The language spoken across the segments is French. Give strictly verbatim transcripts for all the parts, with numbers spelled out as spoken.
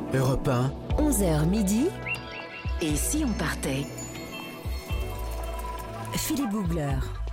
Europe un, onze heures midi. Et si on partait? Philippe Googler.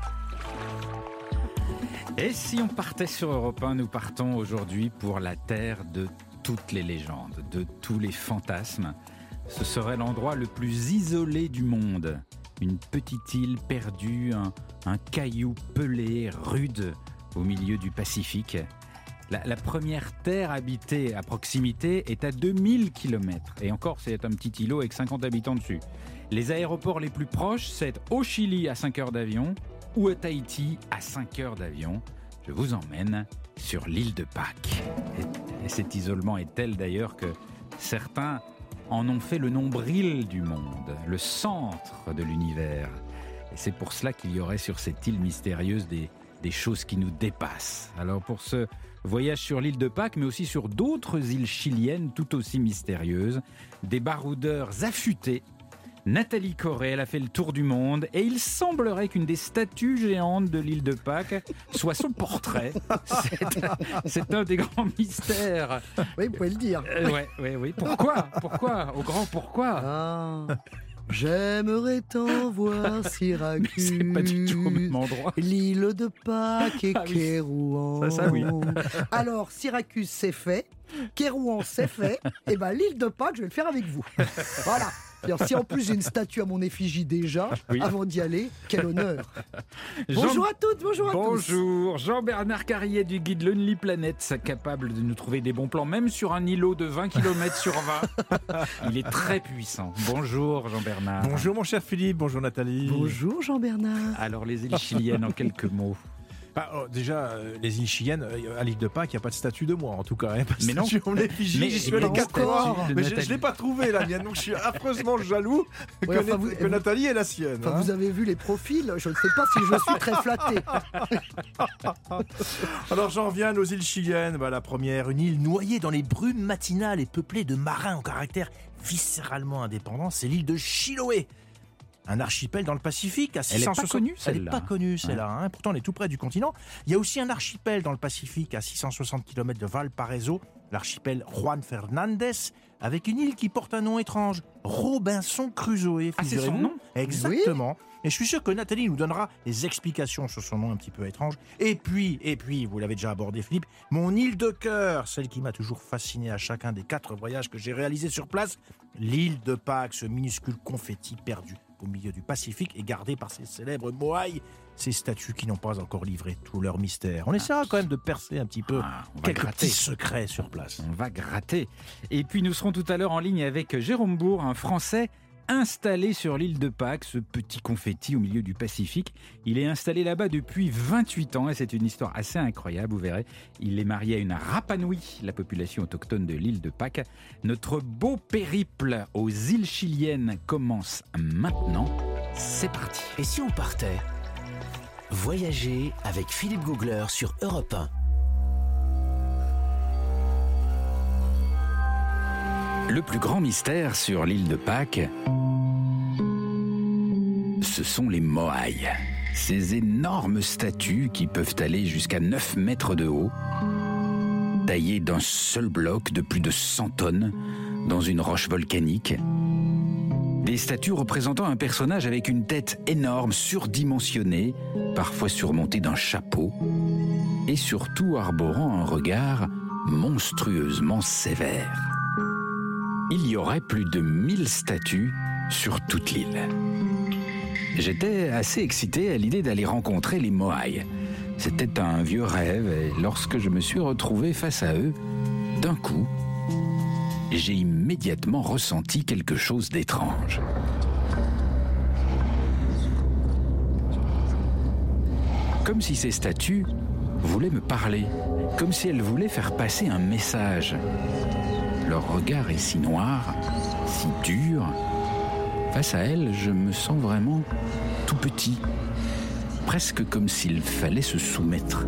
Et si on partait sur Europe un, nous partons aujourd'hui pour la terre de toutes les légendes, de tous les fantasmes. Ce serait l'endroit le plus isolé du monde. Une petite île perdue, un, un caillou pelé, rude, au milieu du Pacifique. La, la première terre habitée à proximité est à deux mille kilomètres. Et encore, c'est un petit îlot avec cinquante habitants dessus. Les aéroports les plus proches, c'est au Chili à cinq heures d'avion ou à Tahiti à cinq heures d'avion. Je vous emmène sur l'île de Pâques. Et, et cet isolement est tel d'ailleurs que certains en ont fait le nombril du monde, le centre de l'univers. Et c'est pour cela qu'il y aurait sur cette île mystérieuse des, des choses qui nous dépassent. Alors pour ce voyage sur l'île de Pâques, mais aussi sur d'autres îles chiliennes tout aussi mystérieuses, des baroudeurs affûtés, Nathalie Corré, elle a fait le tour du monde et il semblerait qu'une des statues géantes de l'île de Pâques soit son portrait. C'est, c'est un des grands mystères. Oui, vous pouvez le dire. Euh, ouais, ouais, oui. Pourquoi Pourquoi Au grand pourquoi ah, J'aimerais tant voir Syracuse. Mais c'est pas du tout au même endroit. L'île de Pâques et ah, oui. Kérouan. Ça, ça, oui. Alors, Syracuse, c'est fait. Kérouan, c'est fait. Et ben l'île de Pâques, je vais le faire avec vous. Voilà. Alors, si en plus j'ai une statue à mon effigie déjà, oui. Avant d'y aller, quel honneur. Jean... Bonjour à toutes, bonjour à bonjour. tous. Bonjour, Jean-Bernard Carrier du guide Lonely Planet, capable de nous trouver des bons plans, même sur un îlot de vingt kilomètres sur vingt. Il est très puissant. Bonjour Jean-Bernard. Bonjour mon cher Philippe, bonjour Nathalie. Bonjour Jean-Bernard. Alors les îles chiliennes en quelques mots. Bah, oh, déjà, euh, les îles chiliennes, euh, à l'île de Pâques, il n'y a pas de statue de moi, en tout cas. Hein, pas de mais statue, non, on l'effigie, j'y suis allé quatre fois, mais je ne l'ai pas trouvée la mienne, donc je suis affreusement jaloux que, ouais, enfin, vous, que vous, Nathalie est la sienne. Enfin, hein. Vous avez vu les profils, je ne sais pas si je suis très flatté. Alors j'en viens aux îles chiliennes. Bah, la première, une île noyée dans les brumes matinales et peuplée de marins au caractère viscéralement indépendant, c'est l'île de Chiloé. Un archipel dans le Pacifique à six cent soixante... Elle n'est pas connue, celle-là. Elle n'est pas connue, celle-là. Hein. Pourtant, elle est tout près du continent. Il y a aussi un archipel dans le Pacifique à six cent soixante kilomètres de Valparaiso, l'archipel Juan Fernandez, avec une île qui porte un nom étrange, Robinson Crusoe. Ah, c'est son nom ? Exactement. Oui. Et je suis sûr que Nathalie nous donnera des explications sur son nom un petit peu étrange. Et puis, et puis, vous l'avez déjà abordé, Philippe, mon île de cœur, celle qui m'a toujours fasciné à chacun des quatre voyages que j'ai réalisés sur place, l'île de Pâques, ce minuscule confetti perdu au milieu du Pacifique et gardé par ces célèbres moailles, ces statues qui n'ont pas encore livré tout leur mystère. On essaiera quand même de percer un petit peu ah, quelques gratter. petits secrets sur place. On va gratter. Et puis nous serons tout à l'heure en ligne avec Jérôme Bourg, un Français installé sur l'île de Pâques, ce petit confetti au milieu du Pacifique. Il est installé là-bas depuis vingt-huit ans et c'est une histoire assez incroyable, vous verrez. Il est marié à une Rapa Nui, la population autochtone de l'île de Pâques. Notre beau périple aux îles chiliennes commence maintenant. C'est parti. Et si on partait? Voyager avec Philippe Googler sur Europe un. Le plus grand mystère sur l'île de Pâques, ce sont les moailles. Ces énormes statues qui peuvent aller jusqu'à neuf mètres de haut, taillées d'un seul bloc de plus de cent tonnes dans une roche volcanique. Des statues représentant un personnage avec une tête énorme, surdimensionnée, parfois surmontée d'un chapeau, et surtout arborant un regard monstrueusement sévère. Il y aurait plus de mille statues sur toute l'île. J'étais assez excité à l'idée d'aller rencontrer les moailles. C'était un vieux rêve et lorsque je me suis retrouvé face à eux, d'un coup, j'ai immédiatement ressenti quelque chose d'étrange. Comme si ces statues voulaient me parler, comme si elles voulaient faire passer un message. Leur regard est si noir, si dur. Face à elles, je me sens vraiment tout petit, presque comme s'il fallait se soumettre.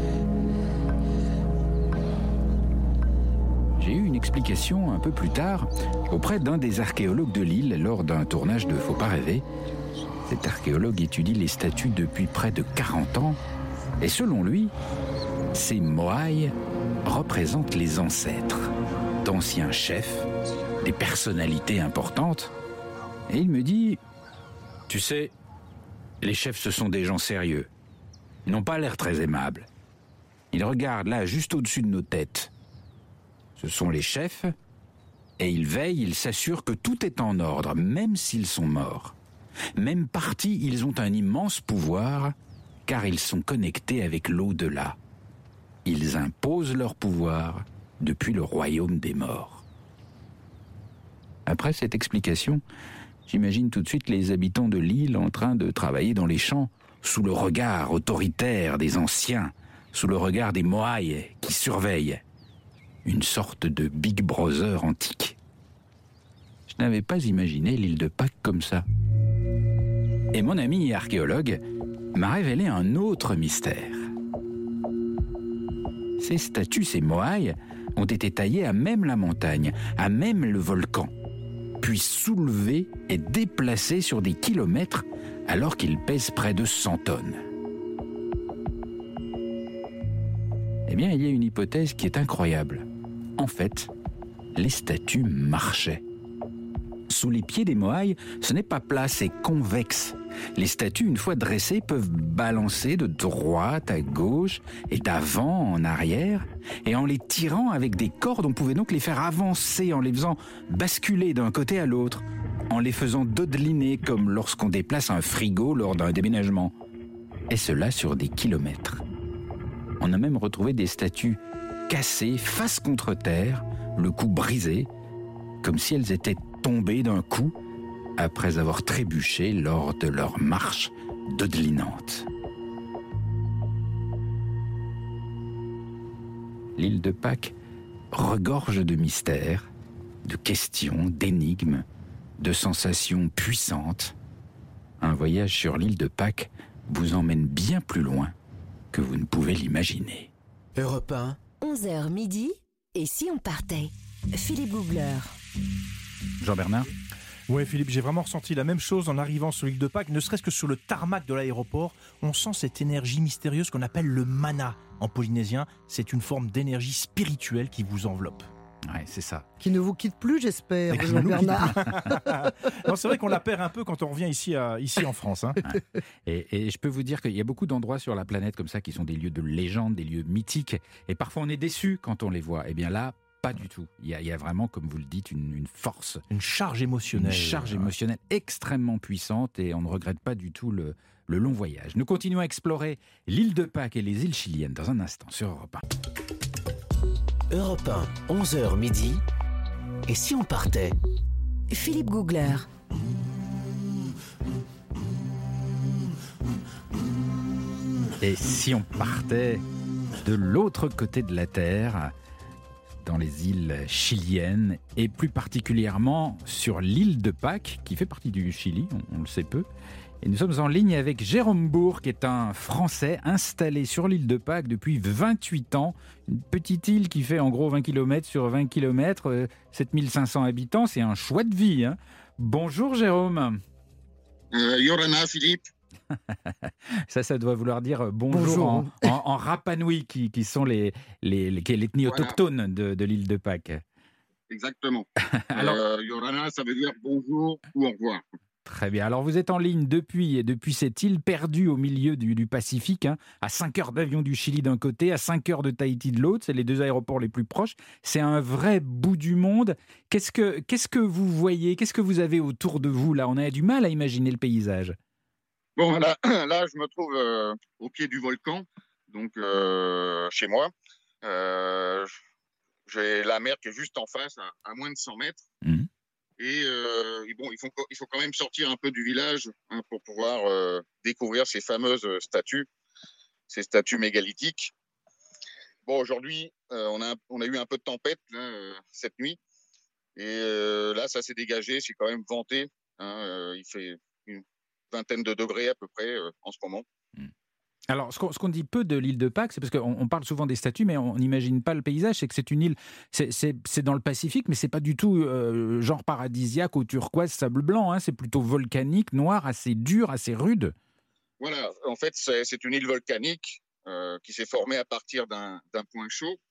J'ai eu une explication un peu plus tard auprès d'un des archéologues de l'île lors d'un tournage de Faut pas rêver. Cet archéologue étudie les statues depuis près de quarante ans et selon lui, ces moailles représentent les ancêtres. Dans d'anciens chefs, des personnalités importantes. Et il me dit, tu sais, les chefs, ce sont des gens sérieux. Ils n'ont pas l'air très aimables. Ils regardent là, juste au-dessus de nos têtes. Ce sont les chefs, et ils veillent, ils s'assurent que tout est en ordre, même s'ils sont morts. Même partis, ils ont un immense pouvoir, car ils sont connectés avec l'au-delà. Ils imposent leur pouvoir depuis le royaume des morts. Après cette explication, j'imagine tout de suite les habitants de l'île en train de travailler dans les champs, sous le regard autoritaire des anciens, sous le regard des Moaïs qui surveillent. Une sorte de Big Brother antique. Je n'avais pas imaginé l'île de Pâques comme ça. Et mon ami archéologue m'a révélé un autre mystère. Ces statues, ces Moaïs, ont été taillées à même la montagne, à même le volcan, puis soulevées et déplacées sur des kilomètres alors qu'ils pèsent près de cent tonnes. Eh bien, il y a une hypothèse qui est incroyable. En fait, les statues marchaient. Sous les pieds des Moaïs, ce n'est pas plat, c'est convexe. Les statues, une fois dressées, peuvent balancer de droite à gauche et d'avant en arrière. Et en les tirant avec des cordes, on pouvait donc les faire avancer en les faisant basculer d'un côté à l'autre, en les faisant dodeliner comme lorsqu'on déplace un frigo lors d'un déménagement. Et cela sur des kilomètres. On a même retrouvé des statues cassées face contre terre, le cou brisé, comme si elles étaient tombées d'un coup après avoir trébuché lors de leur marche dodelinante. L'île de Pâques regorge de mystères, de questions, d'énigmes, de sensations puissantes. Un voyage sur l'île de Pâques vous emmène bien plus loin que vous ne pouvez l'imaginer. Europe un. onze heures midi, et si on partait? Philippe Googler. Jean-Bernard ? Ouais, Philippe, j'ai vraiment ressenti la même chose en arrivant sur l'île de Pâques, ne serait-ce que sur le tarmac de l'aéroport. On sent cette énergie mystérieuse qu'on appelle le mana en polynésien. C'est une forme d'énergie spirituelle qui vous enveloppe. Ouais, c'est ça. Qui ne vous quitte plus, j'espère, Et qui ne nous Jean-Bernard. Non, c'est vrai qu'on la perd un peu quand on revient ici, à, ici en France. Hein. Ouais. Et, et je peux vous dire qu'il y a beaucoup d'endroits sur la planète comme ça qui sont des lieux de légende, des lieux mythiques. Et parfois on est déçu quand on les voit. Et bien là, pas du tout. Il y a, il y a vraiment, comme vous le dites, une, une force. Une charge émotionnelle. Une charge émotionnelle extrêmement puissante et on ne regrette pas du tout le, le long voyage. Nous continuons à explorer l'île de Pâques et les îles chiliennes dans un instant sur Europe un. Europe un, onze heures midi. Et si on partait? Philippe Googler. Et si on partait de l'autre côté de la Terre, dans les îles chiliennes, et plus particulièrement sur l'île de Pâques, qui fait partie du Chili, on, on le sait peu. Et nous sommes en ligne avec Jérôme Bourg, qui est un Français installé sur l'île de Pâques depuis vingt-huit ans. Une petite île qui fait en gros vingt kilomètres sur vingt kilomètres, euh, sept mille cinq cents habitants, c'est un choix de vie. Hein. Bonjour Jérôme. Euh, Yorana, Philippe. Ça, ça doit vouloir dire bonjour, Bonjour. En, en, en Rapa Nui, qui, qui sont les, les, les, qui est l'ethnie Voilà. autochtone de, de l'île de Pâques. Exactement. Alors- euh, Yorana, ça veut dire bonjour ou au revoir. Très bien. Alors, vous êtes en ligne depuis, depuis cette île perdue au milieu du, du Pacifique, hein, à cinq heures d'avion du Chili d'un côté, à cinq heures de Tahiti de l'autre. C'est les deux aéroports les plus proches. C'est un vrai bout du monde. Qu'est-ce que, qu'est-ce que vous voyez? Qu'est-ce que vous avez autour de vous, là? On a du mal à imaginer le paysage. Bon, là, là je me trouve euh, au pied du volcan, donc euh, chez moi. Euh, j'ai la mer qui est juste en face, à, à moins de cent mètres. Mhm. Et, euh, et bon, il faut, il faut quand même sortir un peu du village hein, pour pouvoir euh, découvrir ces fameuses statues, ces statues mégalithiques. Bon, aujourd'hui, euh, on, a, on a eu un peu de tempête là, euh, cette nuit. Et euh, là, ça s'est dégagé, c'est quand même venté. Hein, euh, il fait une vingtaine de degrés à peu près euh, en ce moment. Alors, ce qu'on, ce qu'on dit peu de l'île de Pâques, c'est parce qu'on on parle souvent des statues, mais on n'imagine pas le paysage. C'est que c'est une île, c'est, c'est, c'est dans le Pacifique, mais c'est pas du tout euh, genre paradisiaque au turquoise, sable blanc. Hein, c'est plutôt volcanique, noir, assez dur, assez rude. Voilà, en fait, c'est, c'est une île volcanique euh, qui s'est formée à partir d'un, d'un point chaud.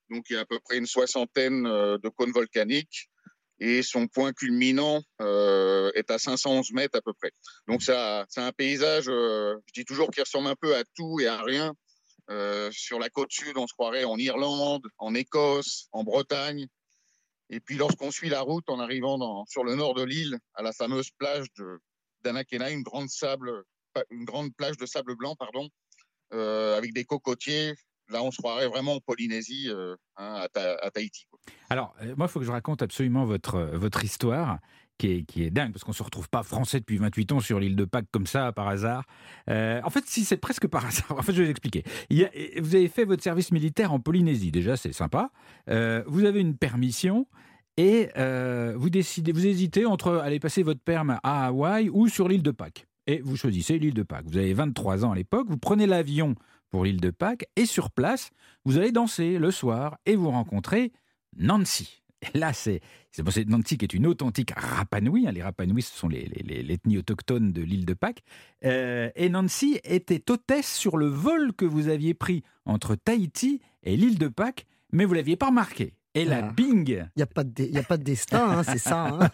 Donc, il y a à peu près une soixantaine euh, de cônes volcaniques. Et son point culminant euh, est à cinq cent onze mètres à peu près. Donc, ça, c'est un paysage, euh, je dis toujours, qui ressemble un peu à tout et à rien. Euh, sur la côte sud, on se croirait en Irlande, en Écosse, en Bretagne. Et puis, lorsqu'on suit la route en arrivant dans, sur le nord de l'île, à la fameuse plage de, d'Anakena, une grande, sable, une grande plage de sable blanc, pardon, euh, avec des cocotiers. Là, on se croirait vraiment en Polynésie, euh, hein, à, Ta- à Tahiti, quoi. Alors, euh, moi, il faut que je raconte absolument votre, euh, votre histoire, qui est, qui est dingue, parce qu'on ne se retrouve pas français depuis vingt-huit ans sur l'île de Pâques comme ça, par hasard. Euh, en fait, si, c'est presque par hasard. En fait, je vais vous expliquer. Il y a, vous avez fait votre service militaire en Polynésie. Déjà, c'est sympa. Euh, vous avez une permission et euh, vous décidez, vous hésitez entre aller passer votre perme à Hawaï ou sur l'île de Pâques. Et vous choisissez l'île de Pâques. Vous avez vingt-trois ans à l'époque. Vous prenez l'avion pour l'île de Pâques et sur place, vous allez danser le soir et vous rencontrez Nancy. Et là, c'est, c'est, bon, c'est Nancy qui est une authentique Rapa Nui. Hein. Les Rapa Nui, ce sont les, les, les, l'ethnie autochtone de l'île de Pâques. Euh, et Nancy était hôtesse sur le vol que vous aviez pris entre Tahiti et l'île de Pâques, mais vous ne l'aviez pas remarqué. Et la Ah. bing. Il n'y a, pas de dé- y a pas de destin, hein, c'est ça. Hein.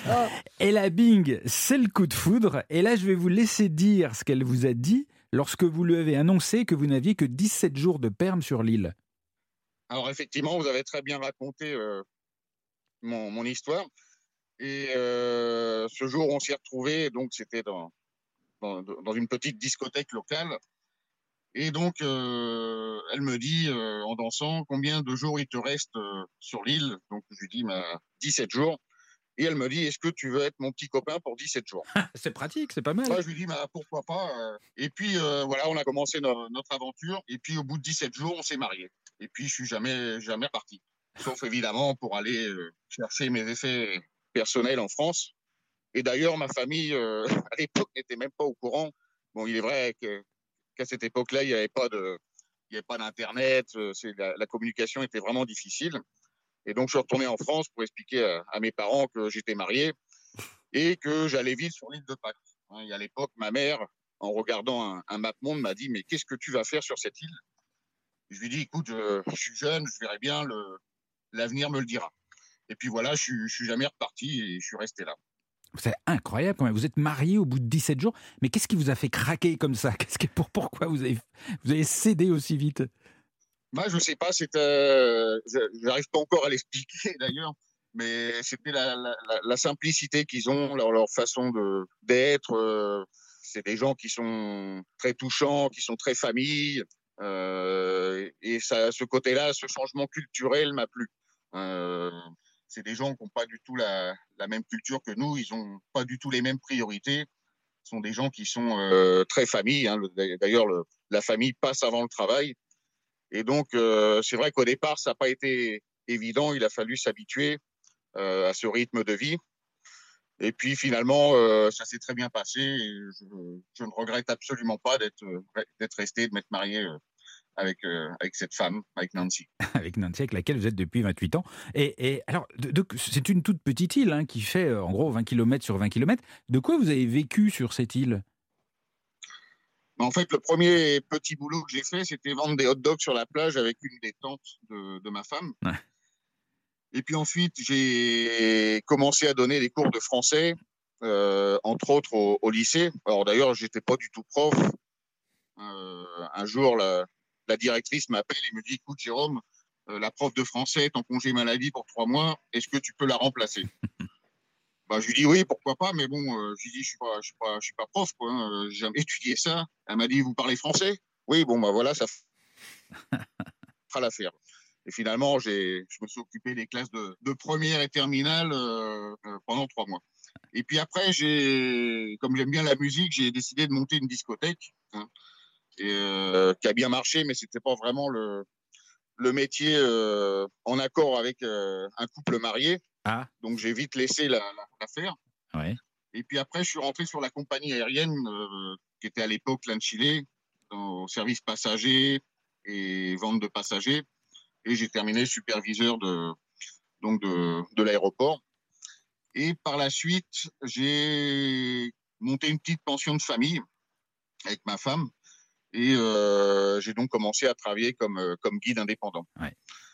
Et la bing, c'est le coup de foudre. Et là, je vais vous laisser dire ce qu'elle vous a dit lorsque vous lui avez annoncé que vous n'aviez que dix-sept jours de perme sur l'île. Alors, effectivement, vous avez très bien raconté euh, mon, mon histoire. Et euh, ce jour, on s'y retrouvait, donc c'était dans, dans, dans une petite discothèque locale. Et donc, euh, elle me dit, euh, en dansant, combien de jours il te reste euh, sur l'île. Donc, je lui dis, bah, dix-sept jours. Et elle me dit, est-ce que tu veux être mon petit copain pour dix-sept jours? C'est pratique, c'est pas mal. Moi, je lui dis, bah, pourquoi pas. euh. Et puis, euh, voilà, on a commencé no- notre aventure. Et puis, au bout de dix-sept jours, on s'est mariés. Et puis, je suis jamais, jamais reparti. Sauf, évidemment, pour aller euh, chercher mes effets personnels en France. Et d'ailleurs, ma famille, euh, à l'époque, n'était même pas au courant. Bon, il est vrai que, qu'à cette époque-là, il n'y avait pas de, il y avait pas d'internet. euh, C'est, la, la communication était vraiment difficile. Et donc, je suis retourné en France pour expliquer à, à mes parents que j'étais marié et que j'allais vivre sur l'île de Pâques. Hein, et à l'époque, ma mère, en regardant un, un map monde, m'a dit, mais qu'est-ce que tu vas faire sur cette île? Je lui ai dit, écoute, je, je suis jeune, je verrai bien, le, l'avenir me le dira. Et puis voilà, je, je suis jamais reparti et je suis resté là. C'est incroyable quand même. Vous êtes marié au bout de dix-sept jours. Mais qu'est-ce qui vous a fait craquer comme ça? Qu'est-ce que, pour, Pourquoi vous avez, vous avez cédé aussi vite? Bah, je sais pas, c'était, euh, je n'arrive pas encore à l'expliquer d'ailleurs, mais c'était la, la, la, la simplicité qu'ils ont, leur, leur façon de, d'être. Euh, c'est des gens qui sont très touchants, qui sont très famille. Euh, et ça, ce côté-là, ce changement culturel m'a plu. Euh, c'est des gens qui n'ont pas du tout la, la même culture que nous, ils n'ont pas du tout les mêmes priorités. Ce sont des gens qui sont euh, très famille. Hein. D'ailleurs, le, la famille passe avant le travail. Et donc, euh, c'est vrai qu'au départ, ça n'a pas été évident. Il a fallu s'habituer euh, à ce rythme de vie. Et puis, finalement, euh, ça s'est très bien passé. Et je, je ne regrette absolument pas d'être, d'être resté, de m'être marié euh, avec, euh, avec cette femme, avec Nancy. Avec Nancy, avec laquelle vous êtes depuis vingt-huit ans. Et, et alors, de, de, c'est une toute petite île hein, qui fait euh, en gros vingt kilomètres sur vingt kilomètres. De quoi vous avez vécu sur cette île? En fait, le premier petit boulot que j'ai fait, c'était vendre des hot dogs sur la plage avec une des tantes de, de ma femme. Ouais. Et puis ensuite, j'ai commencé à donner des cours de français, euh, entre autres au, au lycée. Alors d'ailleurs, j'étais pas du tout prof. Euh, un jour, la, la directrice m'appelle et me dit, écoute Jérôme, euh, la prof de français est en congé maladie pour trois mois, est-ce que tu peux la remplacer? Bah, je lui dis oui, pourquoi pas, mais bon, euh, je lui dis je suis pas, je suis pas, je suis pas prof, quoi. Hein, j'ai jamais étudié ça. Elle m'a dit vous parlez français? Oui, bon bah voilà, ça fera l'affaire. Et finalement, j'ai, je me suis occupé des classes de, de première et terminale euh, euh, pendant trois mois. Et puis après, j'ai, comme j'aime bien la musique, j'ai décidé de monter une discothèque, hein, et, euh, qui a bien marché, mais c'était pas vraiment le, le métier euh, en accord avec euh, un couple marié. Ah. Donc j'ai vite laissé la, la, l'affaire. Ouais. Et puis après, je suis rentré sur la compagnie aérienne euh, qui était à l'époque l'Anchilé, au service passager et vente de passagers. Et j'ai terminé superviseur de, donc de, de l'aéroport. Et par la suite, j'ai monté une petite pension de famille avec ma femme. Et euh, j'ai donc commencé à travailler comme, comme guide indépendant. Ouais.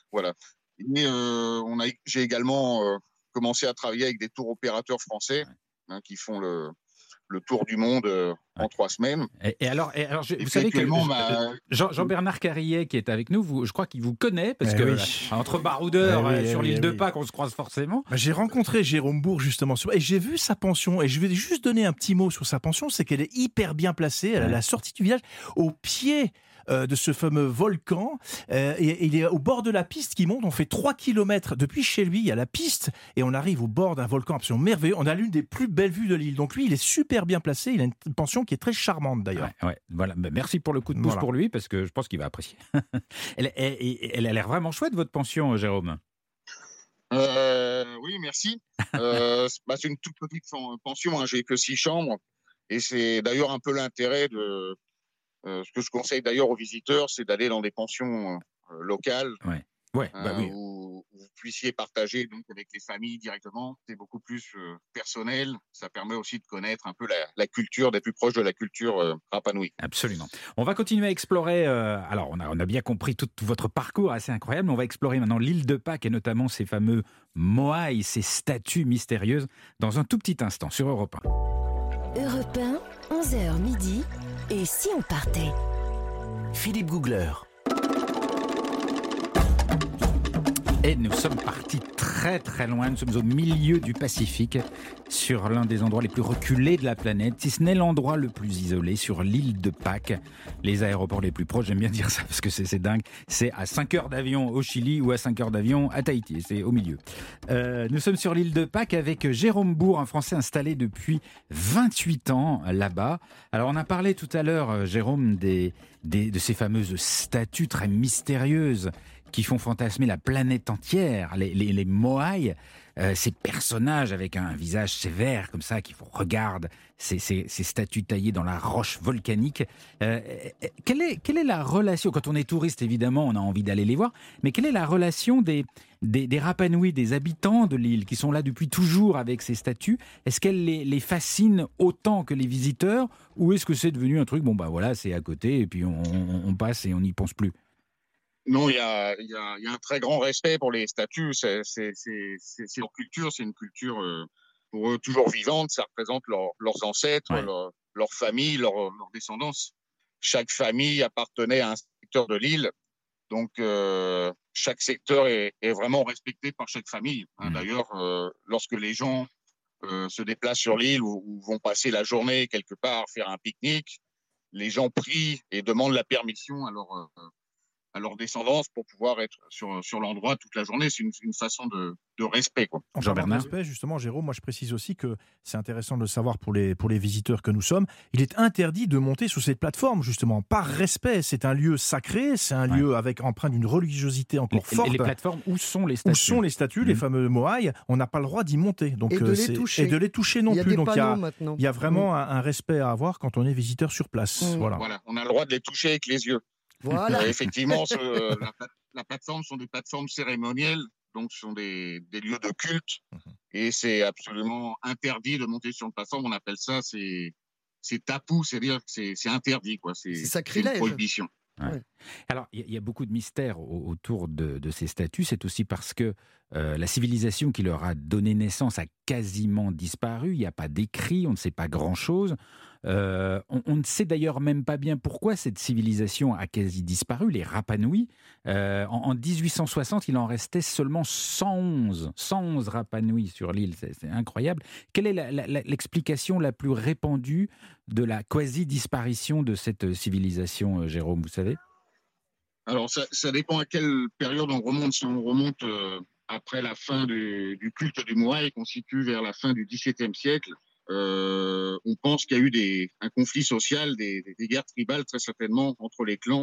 Voilà. Et euh, on a, j'ai également euh, commencé à travailler avec des tours opérateurs français ouais. hein, qui font le, le tour du monde euh, en ouais. trois semaines. Et, et alors, et alors je, et vous savez que ma... Jean, Jean-Bernard Carrier, qui est avec nous, vous, je crois qu'il vous connaît, parce eh que oui. entre baroudeurs eh oui, euh, sur eh l'île oui, de Pâques, on se croise forcément. Bah, j'ai rencontré Jérôme Bourg, justement, et j'ai vu sa pension, et je vais juste donner un petit mot sur sa pension, c'est qu'elle est hyper bien placée, elle ouais. a la sortie du village, au pied de ce fameux volcan, euh, et il est au bord de la piste qui monte. On fait trois kilomètres depuis chez lui, il y a la piste et on arrive au bord d'un volcan absolument merveilleux. On a l'une des plus belles vues de l'île. Donc lui, il est super bien placé, il a une pension qui est très charmante d'ailleurs. Ouais, ouais, voilà. Merci pour le coup de pouce voilà. pour lui, parce que je pense qu'il va apprécier. elle, elle, elle a l'air vraiment chouette, votre pension, Jérôme. Euh, oui, merci. euh, bah, c'est une toute petite pension, hein. J'ai que six chambres et c'est d'ailleurs un peu l'intérêt de... Euh, ce que je conseille d'ailleurs aux visiteurs, c'est d'aller dans des pensions euh, locales ouais. Ouais, bah oui. euh, où, où vous puissiez partager donc, avec les familles directement. C'est beaucoup plus euh, personnel. Ça permet aussi de connaître un peu la, la culture, d'être plus proche de la culture euh, Rapa Nui. Absolument. On va continuer à explorer. Euh, alors, on a, on a bien compris tout, tout votre parcours assez incroyable. Mais on va explorer maintenant l'île de Pâques et notamment ces fameux moaïs, ces statues mystérieuses, dans un tout petit instant sur Europe un. Europe un, onze heures midi. Et si on partait ? Philippe Googler. Et nous sommes partis très très loin, nous sommes au milieu du Pacifique, sur l'un des endroits les plus reculés de la planète, si ce n'est l'endroit le plus isolé, sur l'île de Pâques. Les aéroports les plus proches, j'aime bien dire ça parce que c'est, c'est dingue, c'est à cinq heures d'avion au Chili ou à cinq heures d'avion à Tahiti, c'est au milieu. Euh, nous sommes sur l'île de Pâques avec Jérôme Bourg, un Français installé depuis vingt-huit ans là-bas. Alors on a parlé tout à l'heure, Jérôme, des, des, de ces fameuses statues très mystérieuses qui font fantasmer la planète entière, les, les, les moaïs, euh, ces personnages avec un visage sévère comme ça, qui vous regardent, ces, ces, ces statues taillées dans la roche volcanique. Euh, quelle est, quelle est la relation, quand on est touriste évidemment, on a envie d'aller les voir, mais quelle est la relation des, des, des Rapa Nui, des habitants de l'île, qui sont là depuis toujours avec ces statues? Est-ce qu'elles les, les fascinent autant que les visiteurs, ou est-ce que c'est devenu un truc, bon bah voilà, c'est à côté, et puis on, on, on passe et on n'y pense plus? Non, il y a, y, a, y a un très grand respect pour les statues. C'est, c'est, c'est, c'est, c'est leur culture, c'est une culture euh, pour eux toujours vivante. Ça représente leur, leurs ancêtres, ouais. leur, leur famille, leur, leur descendance. Chaque famille appartenait à un secteur de l'île. Donc, euh, chaque secteur est, est vraiment respecté par chaque famille. Hein. Mmh. D'ailleurs, euh, lorsque les gens euh, se déplacent sur l'île ou, ou vont passer la journée quelque part, faire un pique-nique, les gens prient et demandent la permission à leur... Euh, à leur descendance pour pouvoir être sur, sur l'endroit toute la journée. C'est une, une façon de, de respect. Quoi. En parlant de respect, justement, Jérôme, moi je précise aussi que c'est intéressant de le savoir pour les, pour les visiteurs que nous sommes. Il est interdit de monter sur cette plateforme, justement, par respect. C'est un lieu sacré, c'est un ouais. lieu avec empreinte d'une religiosité encore les, forte. Et les plateformes, où sont les statues ? Où sont les statues, mmh. les fameux moaïs ? On n'a pas le droit d'y monter. Donc, et de les toucher. Et de les toucher non il y a plus. Des Donc il y a, maintenant. il y a vraiment mmh. un, un respect à avoir quand on est visiteur sur place. Mmh. Voilà. voilà. On a le droit de les toucher avec les yeux. Voilà. Euh, effectivement, ce, euh, la, la plateforme sont des plateformes cérémonielles, donc ce sont des, des lieux de culte, mmh. et c'est absolument interdit de monter sur une plateforme. On appelle ça, c'est, c'est tabou, c'est-à-dire que c'est, c'est interdit, quoi. C'est, c'est sacrilège. C'est une prohibition. Ouais. Ouais. Alors, il y, y a beaucoup de mystères autour de, de ces statues. C'est aussi parce que euh, la civilisation qui leur a donné naissance a quasiment disparu. Il n'y a pas d'écrit, on ne sait pas grand-chose. Euh, on, on ne sait d'ailleurs même pas bien pourquoi cette civilisation a quasi disparu, les Rapa Nui. Euh, en, en dix-huit cent soixante, il en restait seulement cent onze, cent onze Rapa Nui sur l'île. C'est, c'est incroyable. Quelle est la, la, la, l'explication la plus répandue de la quasi-disparition de cette civilisation, Jérôme, vous savez ? Alors, ça, ça dépend à quelle période on remonte. Si on remonte euh, après la fin du, du culte du Moaï, qu'on situe vers la fin du dix-septième siècle, euh, on pense qu'il y a eu des, un conflit social, des, des guerres tribales, très certainement, entre les clans,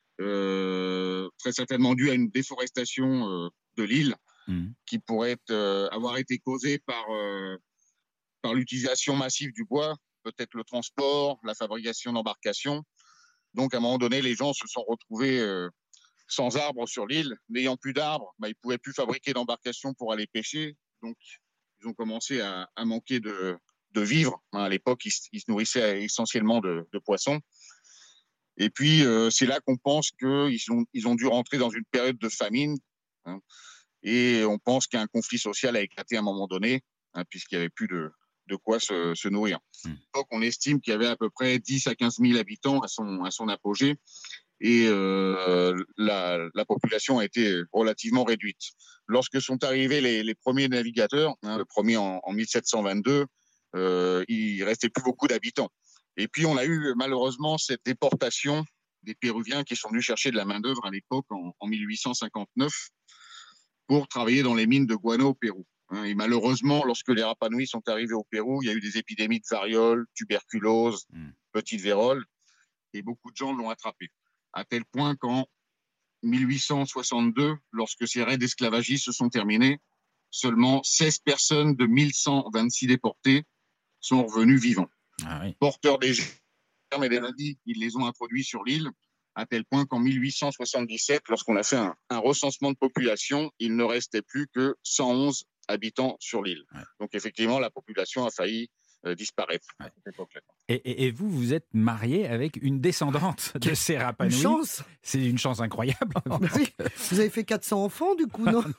euh, très certainement dû à une déforestation euh, de l'île, mmh. qui pourrait être, euh, avoir été causée par, euh, par l'utilisation massive du bois, peut-être le transport, la fabrication d'embarcations. Donc, à un moment donné, les gens se sont retrouvés euh, sans arbres sur l'île. N'ayant plus d'arbres, bah, ils ne pouvaient plus fabriquer d'embarcations pour aller pêcher. Donc, ils ont commencé à, à manquer de, de vivres. À l'époque, ils, ils se nourrissaient essentiellement de, de poissons. Et puis, euh, c'est là qu'on pense qu'ils ont, ils ont dû rentrer dans une période de famine Hein. Et on pense qu'un conflit social a éclaté à un moment donné, hein, puisqu'il n'y avait plus de, de quoi se, se nourrir. Mmh. Donc on estime qu'il y avait à peu près dix à quinze mille habitants à son, à son apogée, et euh, la, la population a été relativement réduite. Lorsque sont arrivés les, les premiers navigateurs, hein, le premier en, en mille sept cent vingt-deux, euh, il restait plus beaucoup d'habitants. Et puis on a eu malheureusement cette déportation des Péruviens qui sont venus chercher de la main-d'œuvre à l'époque en, en mille huit cent cinquante-neuf pour travailler dans les mines de guano au Pérou. Et malheureusement, lorsque les Rapa Nui sont arrivés au Pérou, il y a eu des épidémies de variole, tuberculose, mmh. petite vérole, et beaucoup de gens l'ont attrapé. À tel point qu'en mille huit cent soixante-deux, lorsque ces raids d'esclavagistes se sont terminés, seulement seize personnes de mille cent vingt-six déportés sont revenus vivants. Ah oui. Porteurs des germes et des maladies, ils les ont introduits sur l'île, à tel point qu'en mille huit cent soixante-dix-sept, lorsqu'on a fait un, un recensement de population, il ne restait plus que cent onze habitants sur l'île. Ouais. Donc effectivement, la population a failli euh, disparaître ouais. à cette époque-là. Et, et, et vous, vous êtes marié avec une descendante de ces Rapa Nui. Une chance. C'est une chance incroyable. Oui. Vous avez fait quatre cents enfants, du coup, non?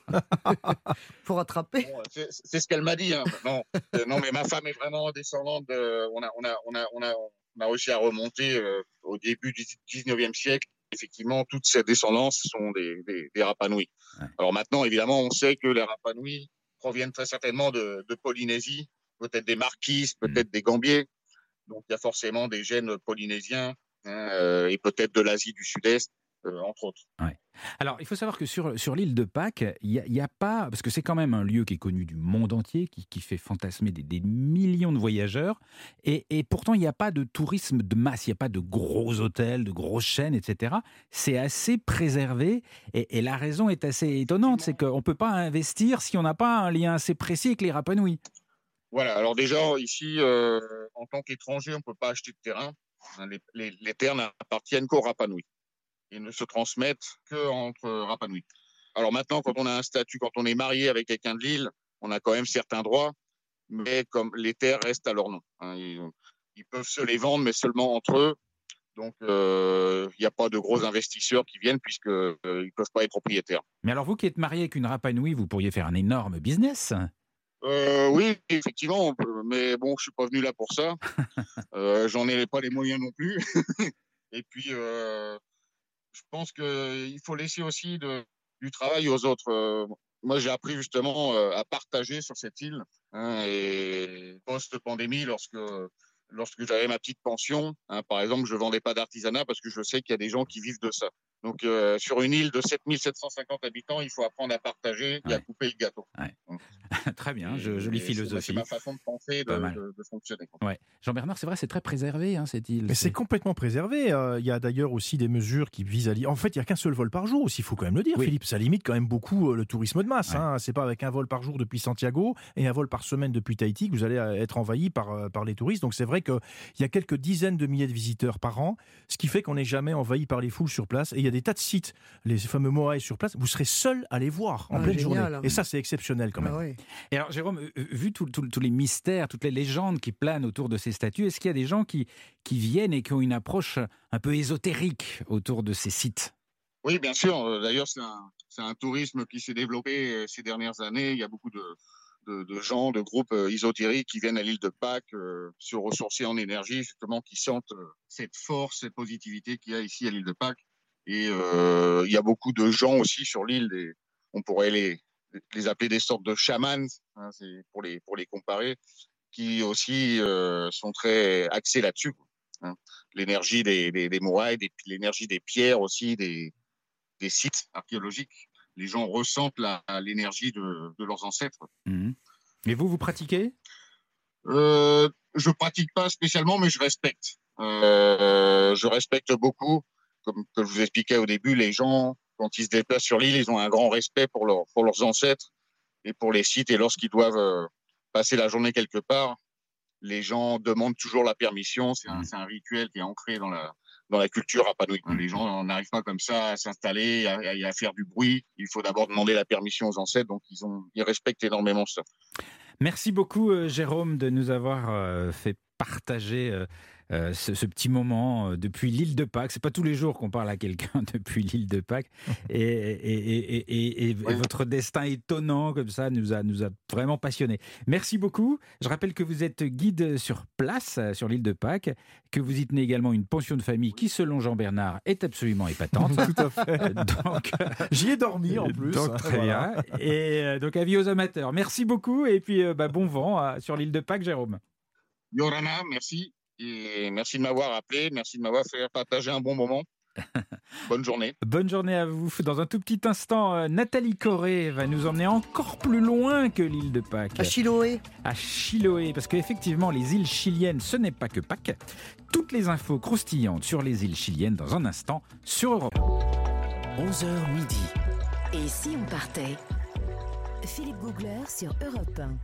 Pour rattraper. Bon, c'est, c'est ce qu'elle m'a dit. Hein. Non, euh, non, mais ma femme est vraiment descendante de... On a, on a, on a, on a, on a réussi à remonter euh, au début du dix-neuvième siècle. Effectivement, toutes ces descendances sont des, des, des Rapa Nui. Ouais. Alors maintenant, évidemment, on sait que les Rapa Nui proviennent très certainement de, de Polynésie, peut-être des Marquises, peut-être mmh. des Gambiers. Donc, il y a forcément des gènes polynésiens hein, euh, et peut-être de l'Asie du Sud-Est, euh, entre autres. Ouais. Alors, il faut savoir que sur, sur l'île de Pâques, il n'y a, a pas... Parce que c'est quand même un lieu qui est connu du monde entier, qui, qui fait fantasmer des, des millions de voyageurs. Et, et pourtant, il n'y a pas de tourisme de masse. Il n'y a pas de gros hôtels, de grosses chaînes, et cetera. C'est assez préservé. Et, et la raison est assez étonnante. C'est qu'on ne peut pas investir si on n'a pas un lien assez précis avec les Rapa Nui. Voilà, alors déjà, ici, euh, en tant qu'étranger, on ne peut pas acheter de terrain. Les, les, les terres n'appartiennent qu'aux Rapa Nui et ne se transmettent qu'entre Rapa Nui. Alors maintenant, quand on a un statut, quand on est marié avec quelqu'un de l'île, on a quand même certains droits, mais comme les terres restent à leur nom. Hein, ils, ils peuvent se les vendre, mais seulement entre eux. Donc, il euh, n'y a pas de gros investisseurs qui viennent puisqu'ils euh, ne peuvent pas être propriétaires. Mais alors, vous qui êtes marié avec une Rapa Nui, vous pourriez faire un énorme business. Euh, oui, effectivement, on peut, mais bon, je suis pas venu là pour ça. Euh, j'en ai pas les moyens non plus. Et puis, euh, je pense qu'il faut laisser aussi de, du travail aux autres. Euh, moi, j'ai appris justement euh, à partager sur cette île. Hein, et post-pandémie, lorsque lorsque j'avais ma petite pension, hein, par exemple, je vendais pas d'artisanat parce que je sais qu'il y a des gens qui vivent de ça. Donc, euh, sur une île de sept mille sept cent cinquante habitants, il faut apprendre à partager et ouais. à couper le gâteau. Ouais. Très bien, je, jolie philosophie. C'est ma façon de penser, de, de, de fonctionner. Ouais. Jean-Bernard, c'est vrai, c'est très préservé, hein, cette île. Mais c'est, c'est complètement préservé. Il euh, y a d'ailleurs aussi des mesures qui visent à... En fait, il n'y a qu'un seul vol par jour aussi, il faut quand même le dire, oui. Philippe. Ça limite quand même beaucoup euh, le tourisme de masse. Ouais. Hein. C'est pas avec un vol par jour depuis Santiago et un vol par semaine depuis Tahiti que vous allez être envahi par, euh, par les touristes. Donc c'est vrai qu'il y a quelques dizaines de milliers de visiteurs par an, ce qui fait qu'on n'est jamais envahi par les foules sur place. Et il y a des tas de sites, les fameux moai sur place, vous serez seul à les voir en ah, pleine génial, journée. Hein. Et ça, c'est exceptionnel quand même. Ah, ouais. Et alors, Jérôme, vu tous tout, tout les mystères, toutes les légendes qui planent autour de ces statues, est-ce qu'il y a des gens qui, qui viennent et qui ont une approche un peu ésotérique autour de ces sites? Oui, bien sûr. D'ailleurs, c'est un, c'est un tourisme qui s'est développé ces dernières années. Il y a beaucoup de, de, de gens, de groupes ésotériques qui viennent à l'île de Pâques euh, se ressourcer en énergie, justement, qui sentent cette force, cette positivité qu'il y a ici à l'île de Pâques. Et euh, il y a beaucoup de gens aussi sur l'île, des, on pourrait les, les appeler des sortes de chamans, hein, c'est pour, les, pour les comparer, qui aussi euh, sont très axés là-dessus. Hein. L'énergie des, des, des moai, des, l'énergie des pierres aussi, des, des sites archéologiques. Les gens ressentent la, l'énergie de, de leurs ancêtres. Mmh. Et vous, vous pratiquez ? euh, Je ne pratique pas spécialement, mais je respecte. Euh, je respecte beaucoup. Comme, comme je vous expliquais au début, les gens, quand ils se déplacent sur l'île, ils ont un grand respect pour, leur, pour leurs ancêtres et pour les sites. Et lorsqu'ils doivent euh, passer la journée quelque part, les gens demandent toujours la permission. C'est un, c'est un rituel qui est ancré dans la, dans la culture Rapa Nui. Les gens n'arrivent pas comme ça à s'installer, à, à, à faire du bruit. Il faut d'abord demander la permission aux ancêtres. Donc, ils, ont, ils respectent énormément ça. Merci beaucoup, euh, Jérôme, de nous avoir euh, fait partager... Euh euh, ce, ce petit moment euh, depuis l'île de Pâques. C'est pas tous les jours qu'on parle à quelqu'un depuis l'île de Pâques. Et, et, et, et, et, et Oui. votre destin étonnant comme ça nous a, nous a vraiment passionnés. Merci beaucoup. Je rappelle que vous êtes guide sur place euh, sur l'île de Pâques, que vous y tenez également une pension de famille qui, selon Jean Bernard, est absolument épatante. Tout à fait. Donc, J'y ai dormi en plus. donc très Voilà. bien. Et euh, donc avis aux amateurs. Merci beaucoup et puis euh, bah, bon vent euh, sur l'île de Pâques, Jérôme. Yorana, merci. Et merci de m'avoir appelé. Merci de m'avoir fait partager un bon moment. Bonne journée. Bonne journée à vous. Dans un tout petit instant, euh, Nathalie Corré va nous emmener encore plus loin que l'île de Pâques. À Chiloé. À Chiloé, parce qu'effectivement, les îles chiliennes, ce n'est pas que Pâques. Toutes les infos croustillantes sur les îles chiliennes dans un instant sur Europe. onze heures midi. Et si on partait? Philippe Googler sur Europe un.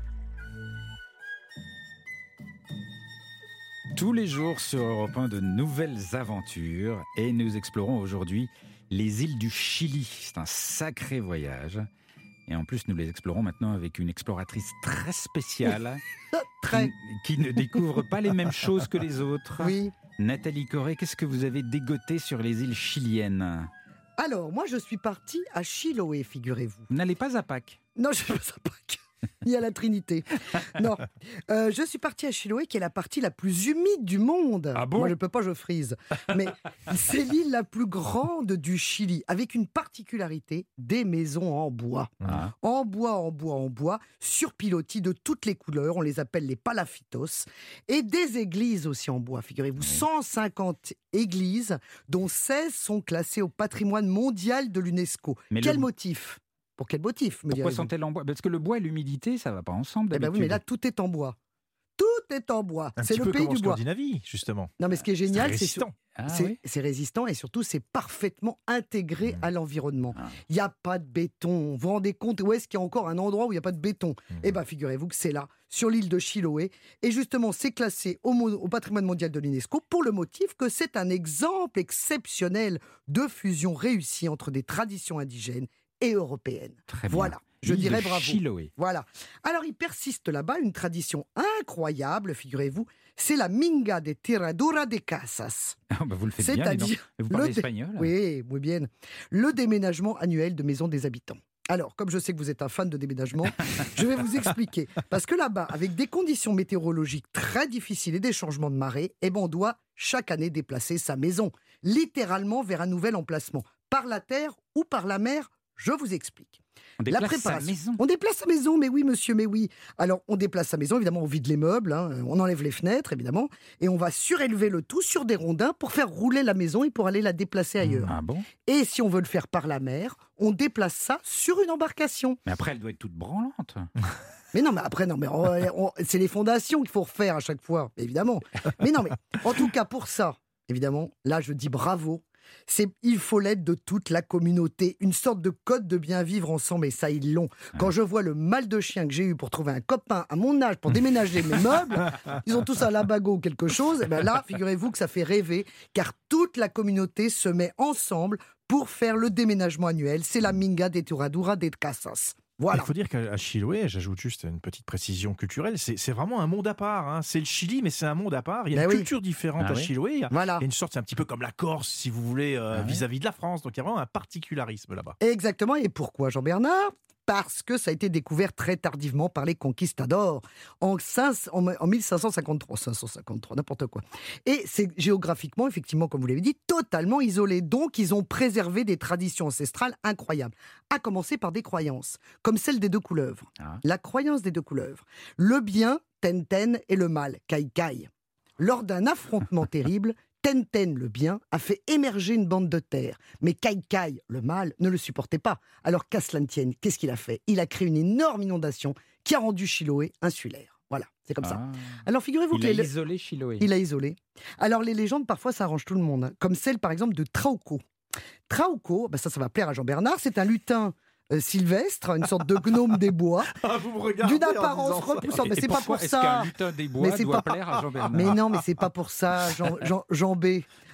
Tous les jours sur Europe un, de nouvelles aventures et nous explorons aujourd'hui les îles du Chili. C'est un sacré voyage. Et en plus, nous les explorons maintenant avec une exploratrice très spéciale Très. qui, qui ne découvre pas les mêmes choses que les autres. Oui. Nathalie Corré, qu'est-ce que vous avez dégoté sur les îles chiliennes? Alors, moi, je suis partie à Chiloé, figurez-vous. Vous n'allez pas à Pâques? Non, je ne suis pas à Pâques. Ni à la Trinité. Non, euh, je suis partie à Chiloé, qui est la partie la plus humide du monde. Ah bon? Moi, je ne peux pas, je frise. Mais c'est l'île la plus grande du Chili, avec une particularité, des maisons en bois. Ah. En bois, en bois, en bois, sur pilotis de toutes les couleurs, on les appelle les palafitos, et des églises aussi en bois, figurez-vous, cent cinquante églises, dont seize sont classées au patrimoine mondial de l'UNESCO. Mais Quel le- motif? Pour quel motif, me Pourquoi direz-vous? sont-elles en bois? Parce que le bois et l'humidité, ça ne va pas ensemble Eh ben d'habitude. oui, mais là, tout est en bois. Tout est en bois. Un C'est petit le peu pays comme en du bois. Scandinavie, justement. Non, mais ce qui est génial, C'est c'est sur- résistant. Ah c'est oui. c'est résistant et surtout, c'est parfaitement intégré Mmh. à l'environnement. Ah. Il n'y a pas de béton. Vous vous rendez compte où est-ce qu'il y a encore un endroit où il n'y a pas de béton? Mmh. Eh bien, figurez-vous que c'est là, sur l'île de Chiloé. Et justement, c'est classé au, mo- au patrimoine mondial de l'UNESCO pour le motif que c'est un exemple exceptionnel de fusion réussie entre des traditions indigènes et européennes. Très bien. Voilà, je L'île dirais de bravo. Chiloé. Voilà. Alors, il persiste là-bas une tradition incroyable, figurez-vous, c'est la Minga de Tiradura de Casas. Ah, bah vous le faites bien, dis donc. C'est-à-dire Vous parlez le dé- espagnol? Oui, muy bien. Le déménagement annuel de maisons des habitants. Alors, comme je sais que vous êtes un fan de déménagement, je vais vous expliquer. Parce que là-bas, avec des conditions météorologiques très difficiles et des changements de marée, eh ben, on doit chaque année déplacer sa maison, littéralement vers un nouvel emplacement, par la terre ou par la mer. Je vous explique. On La déplace sa préparation. maison. On déplace sa maison, mais oui, monsieur, mais oui. Alors, on déplace sa maison, évidemment, on vide les meubles, hein, on enlève les fenêtres, évidemment, et on va surélever le tout sur des rondins pour faire rouler la maison et pour aller la déplacer ailleurs. Ah bon? Et si on veut le faire par la mer, on déplace ça sur une embarcation. Mais après, elle doit être toute branlante. Mais non, mais après, non, mais on- on- c'est les fondations qu'il faut refaire à chaque fois, évidemment. Mais non, mais en tout cas, pour ça, évidemment, là, je dis bravo. C'est, il faut l'aide de toute la communauté, une sorte de code de bien vivre ensemble, et ça, ils l'ont. Quand je vois le mal de chien que j'ai eu pour trouver un copain à mon âge pour déménager mes meubles, ils ont tous un labago ou quelque chose, et ben là, figurez-vous que ça fait rêver, car toute la communauté se met ensemble pour faire le déménagement annuel. C'est la Minga de Tiradura de Casas. Voilà. Il faut dire qu'à à Chiloé, j'ajoute juste une petite précision culturelle, c'est c'est vraiment un monde à part. hein. C'est le Chili, mais c'est un monde à part. Il y a Ben une oui. culture différente Ah à oui. Chiloé. Il y a Voilà. il y a une sorte, c'est un petit peu comme la Corse, si vous voulez, euh, Ah ouais. vis-à-vis de la France. Donc il y a vraiment un particularisme là-bas. Exactement. Et pourquoi, Jean-Bernard? Parce que ça a été découvert très tardivement par les conquistadors en, cinq- en, en mille cinq cent cinquante-trois. cinq cent cinquante-trois, n'importe quoi. Et c'est géographiquement, effectivement, comme vous l'avez dit, totalement isolé. Donc, ils ont préservé des traditions ancestrales incroyables. À commencer par des croyances, comme celle des deux couleuvres. Ah. La croyance des deux couleuvres. Le bien, Tenten, et le mal, Kai Kai. Lors d'un affrontement terrible, Tenten, le bien, a fait émerger une bande de terre. Mais Kai Kai, le mal, ne le supportait pas. Alors qu'à cela ne tienne, qu'est-ce qu'il a fait? Il a créé une énorme inondation qui a rendu Chiloé insulaire. Voilà, c'est comme ça. Ah. Alors figurez-vous Il que a les... isolé Chiloé. Il a isolé. Alors les légendes, parfois, ça arrange tout le monde. hein. Comme celle, par exemple, de Trauco. Trauco, ben ça, ça va plaire à Jean-Bernard, c'est un lutin euh, sylvestre, une sorte de gnome des bois, vous me regardez d'une apparence repoussante. Mais Et c'est pas pourquoi pour est-ce ça. qu'un lutin des bois Mais c'est doit pas- plaire à Jean-Bernard? Mais non, mais c'est pas pour ça, Jean, Jean, Jean B.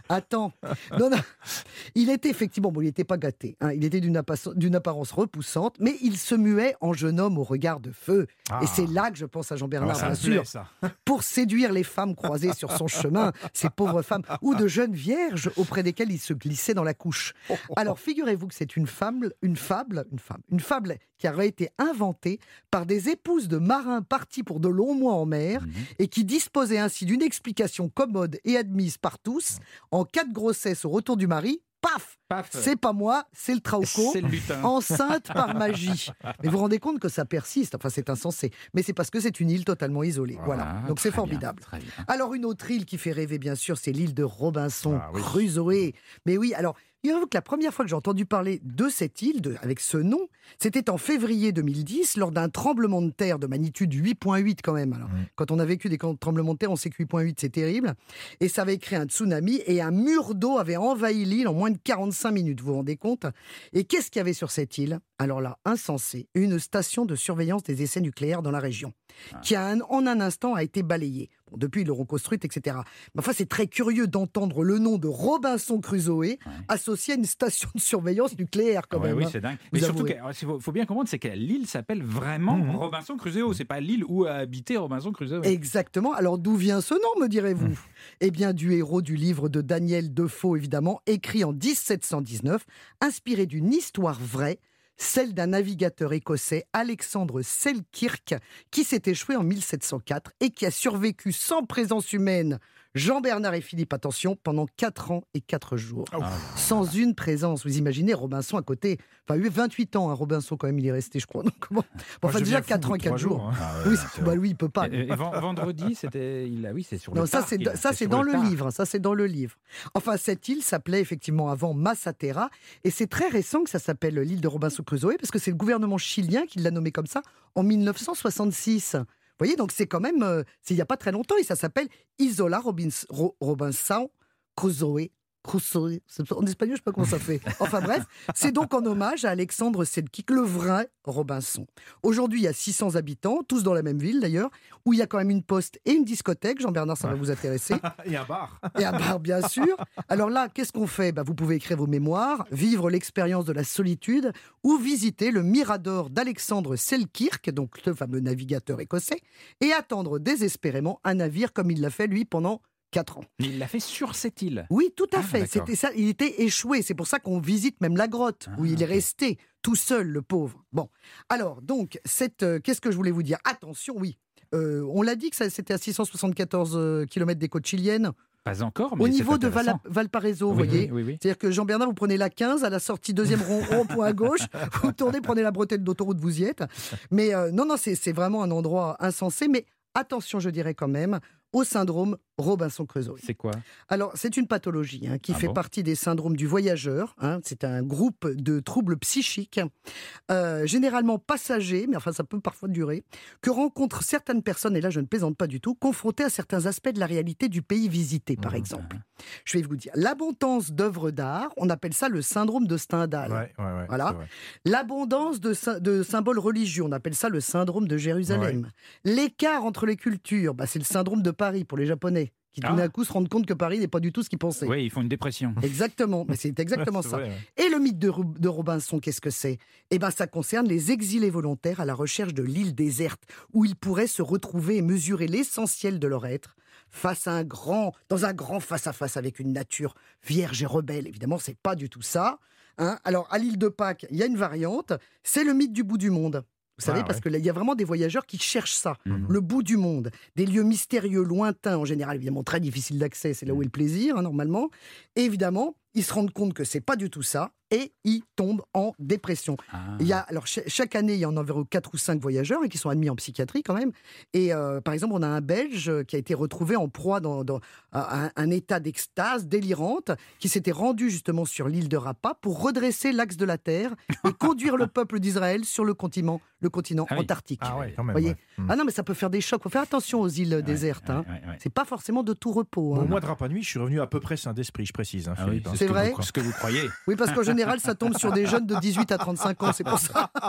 Attends. Non, non. Il était effectivement, bon, il n'était pas gâté. Hein. Il était d'une, appa- d'une apparence repoussante, mais il se muait en jeune homme au regard de feu. Ah. Et c'est là que je pense à Jean-Bernard, Ah, bien ça me plaît, sûr. ça. Pour séduire les femmes croisées sur son chemin, ces pauvres femmes, ou de jeunes vierges auprès desquelles il se glissait dans la couche. Alors, figurez-vous que c'est une fable, une fable, une fable, une fable qui aurait été inventée par des épouses de marins partis pour de longs mois en mer Mhm. et qui disposaient ainsi d'une explication commode et admise par tous. En cas de grossesse au retour du mari, paf, Paf. c'est pas moi, c'est le trauco. C'est le lutin. Enceinte par magie. Mais vous vous rendez compte que ça persiste, enfin c'est insensé. Mais c'est parce que c'est une île totalement isolée. Voilà, donc c'est très bien, formidable. très bien. Alors une autre île qui fait rêver bien sûr, c'est l'île de Robinson Ah oui. Crusoe. Mais oui, alors il avoue que la première fois que j'ai entendu parler de cette île, de- avec ce nom, c'était en février deux mille dix, lors d'un tremblement de terre de magnitude huit virgule huit quand même. Alors, Mmh. quand on a vécu des tremblements de terre, on sait que huit virgule huit c'est terrible. Et ça avait créé un tsunami et un mur d'eau avait envahi l'île en moins de quarante-cinq minutes, vous vous rendez compte? Et qu'est-ce qu'il y avait sur cette île? Alors là, insensé, une station de surveillance des essais nucléaires dans la région, qui a un- en un instant a été balayée. Bon, depuis, ils l'ont reconstruite, et cetera. Mais enfin, c'est très curieux d'entendre le nom de Robinson Crusoe associé à une station de surveillance nucléaire, quand Ouais, même. oui, hein. c'est dingue. Vous Mais surtout, avouez. il faut, faut bien comprendre, c'est que l'île s'appelle vraiment Mhm. Robinson Crusoe. C'est pas l'île où a habité Robinson Crusoe. Exactement. Alors d'où vient ce nom, me direz-vous? Eh bien, du héros du livre de Daniel Defoe, évidemment, écrit en dix-sept cent dix-neuf, inspiré d'une histoire vraie, celle d'un navigateur écossais, Alexandre Selkirk, qui s'est échoué en mille sept cent quatre et qui a survécu sans présence humaine, Jean-Bernard et Philippe, attention, pendant quatre ans et quatre jours. Ah, Sans une présence. Vous imaginez Robinson à côté. Enfin, il a eu vingt-huit ans, hein, Robinson, quand même, il est resté, je crois. Donc, bon. Bon, enfin, je déjà deviens fou quatre au ans bout et de quatre trois jours. jours, hein. Ah ouais, Oui, ouais, c'est- c'est bah, vrai. lui, il peut pas. Et- et ven- vendredi, c'était. Il a, oui, c'est sur le Non, ça Tark, c'est il- ça c'est sur dans le Tark. livre, ça c'est dans le livre. Enfin, cette île s'appelait effectivement avant Massaterra et c'est très récent que ça s'appelle l'île de Robinson Crusoe parce que c'est le gouvernement chilien qui l'a nommé comme ça en mille neuf cent soixante-six. Vous voyez, donc c'est quand même euh, c'est il y a pas très longtemps et ça s'appelle Isola Robins- Ro- Robinson Crusoe. Crusoe. C'est- En espagnol, je sais pas comment ça fait. Enfin bref, c'est donc en hommage à Alexandre Selkirk, le vrai Robinson. Aujourd'hui, il y a six cents habitants, tous dans la même ville d'ailleurs, où il y a quand même une poste et une discothèque. Jean-Bernard, ça va vous intéresser. Et un bar. Et un bar, bien sûr. Alors là, qu'est-ce qu'on fait? Bah, vous pouvez écrire vos mémoires, vivre l'expérience de la solitude ou visiter le Mirador d'Alexandre Selkirk, donc le fameux navigateur écossais, et attendre désespérément un navire comme il l'a fait lui pendant quatre ans. Mais il l'a fait sur cette île. Oui, tout à Ah, fait. d'accord. C'était ça. Il était échoué. C'est pour ça qu'on visite même la grotte où Ah, il est ok. resté tout seul, le pauvre. Bon, alors donc cette, euh, qu'est-ce que je voulais vous dire? Attention, oui. Euh, on l'a dit que ça, c'était à six cent soixante-quatorze euh, kilomètres des côtes chiliennes. Pas encore, mais Au c'est niveau de Val- intéressant. Valparaiso, vous Oui, voyez. oui, oui, oui. C'est-à-dire que Jean-Bernard, vous prenez la quinze, à la sortie deuxième rond, rond-point à gauche, vous tournez, prenez la bretelle d'autoroute, vous y êtes. Mais euh, non, non, c'est c'est vraiment un endroit insensé. Mais attention, je dirais quand même, au syndrome Robinson Crusoe. C'est quoi? Alors, c'est une pathologie hein, qui Ah fait bon partie des syndromes du voyageur. hein. C'est un groupe de troubles psychiques, euh, généralement passagers, mais enfin, ça peut parfois durer, que rencontrent certaines personnes, et là, je ne plaisante pas du tout, confrontées à certains aspects de la réalité du pays visité, par Mmh, exemple. Je vais vous dire, l'abondance d'œuvres d'art, on appelle ça le syndrome de Stendhal. Ouais, ouais, ouais. Voilà. c'est vrai. L'abondance de, sy- de symboles religieux, on appelle ça le syndrome de Jérusalem. L'écart entre les cultures, bah, c'est le syndrome de Paris pour les Japonais, qui tout Ah. d'un coup se rendent compte que Paris n'est pas du tout ce qu'ils pensaient. Oui, ils font une dépression. Exactement, mais c'est exactement C'est ça. vrai, ouais. Et le mythe de, Ro- de Robinson, qu'est-ce que c'est? Eh bien, ça concerne les exilés volontaires à la recherche de l'île déserte, où ils pourraient se retrouver et mesurer l'essentiel de leur être face à un grand, dans un grand face-à-face avec une nature vierge et rebelle. Évidemment, c'est pas du tout ça. hein. Alors, à l'île de Pâques, il y a une variante, c'est le mythe du bout du monde. Vous savez, Ah, parce ouais. que là, il y a vraiment des voyageurs qui cherchent ça, Mhm. le bout du monde, des lieux mystérieux, lointains, en général, évidemment très difficiles d'accès, c'est là où est le plaisir, hein, normalement. Et évidemment, ils se rendent compte que c'est pas du tout ça, et ils tombent en dépression. Ah. Il y a, alors, cha- chaque année, il y en a environ quatre ou cinq voyageurs hein, qui sont admis en psychiatrie quand même. Et euh, par exemple, on a un Belge euh, qui a été retrouvé en proie dans, dans un, un état d'extase délirante, qui s'était rendu justement sur l'île de Rapa pour redresser l'axe de la Terre et conduire le peuple d'Israël sur le continent, le continent Ah oui. antarctique. Ah ouais, quand même. Voyez. ouais. Hmm. Ah non, mais ça peut faire des chocs. Faut faire attention aux îles Ouais, désertes. ouais, hein. ouais, ouais. C'est pas forcément de tout repos. Bon, hein. au mois de Rapa Nui, je suis revenu à peu près sain d'esprit, je précise. Hein, Ah oui, Philippe, hein. c'est C'est ce que vrai vous- ce que vous croyez. Oui, parce qu'en général, ça tombe sur des jeunes de dix-huit à trente-cinq ans. C'est pour ça.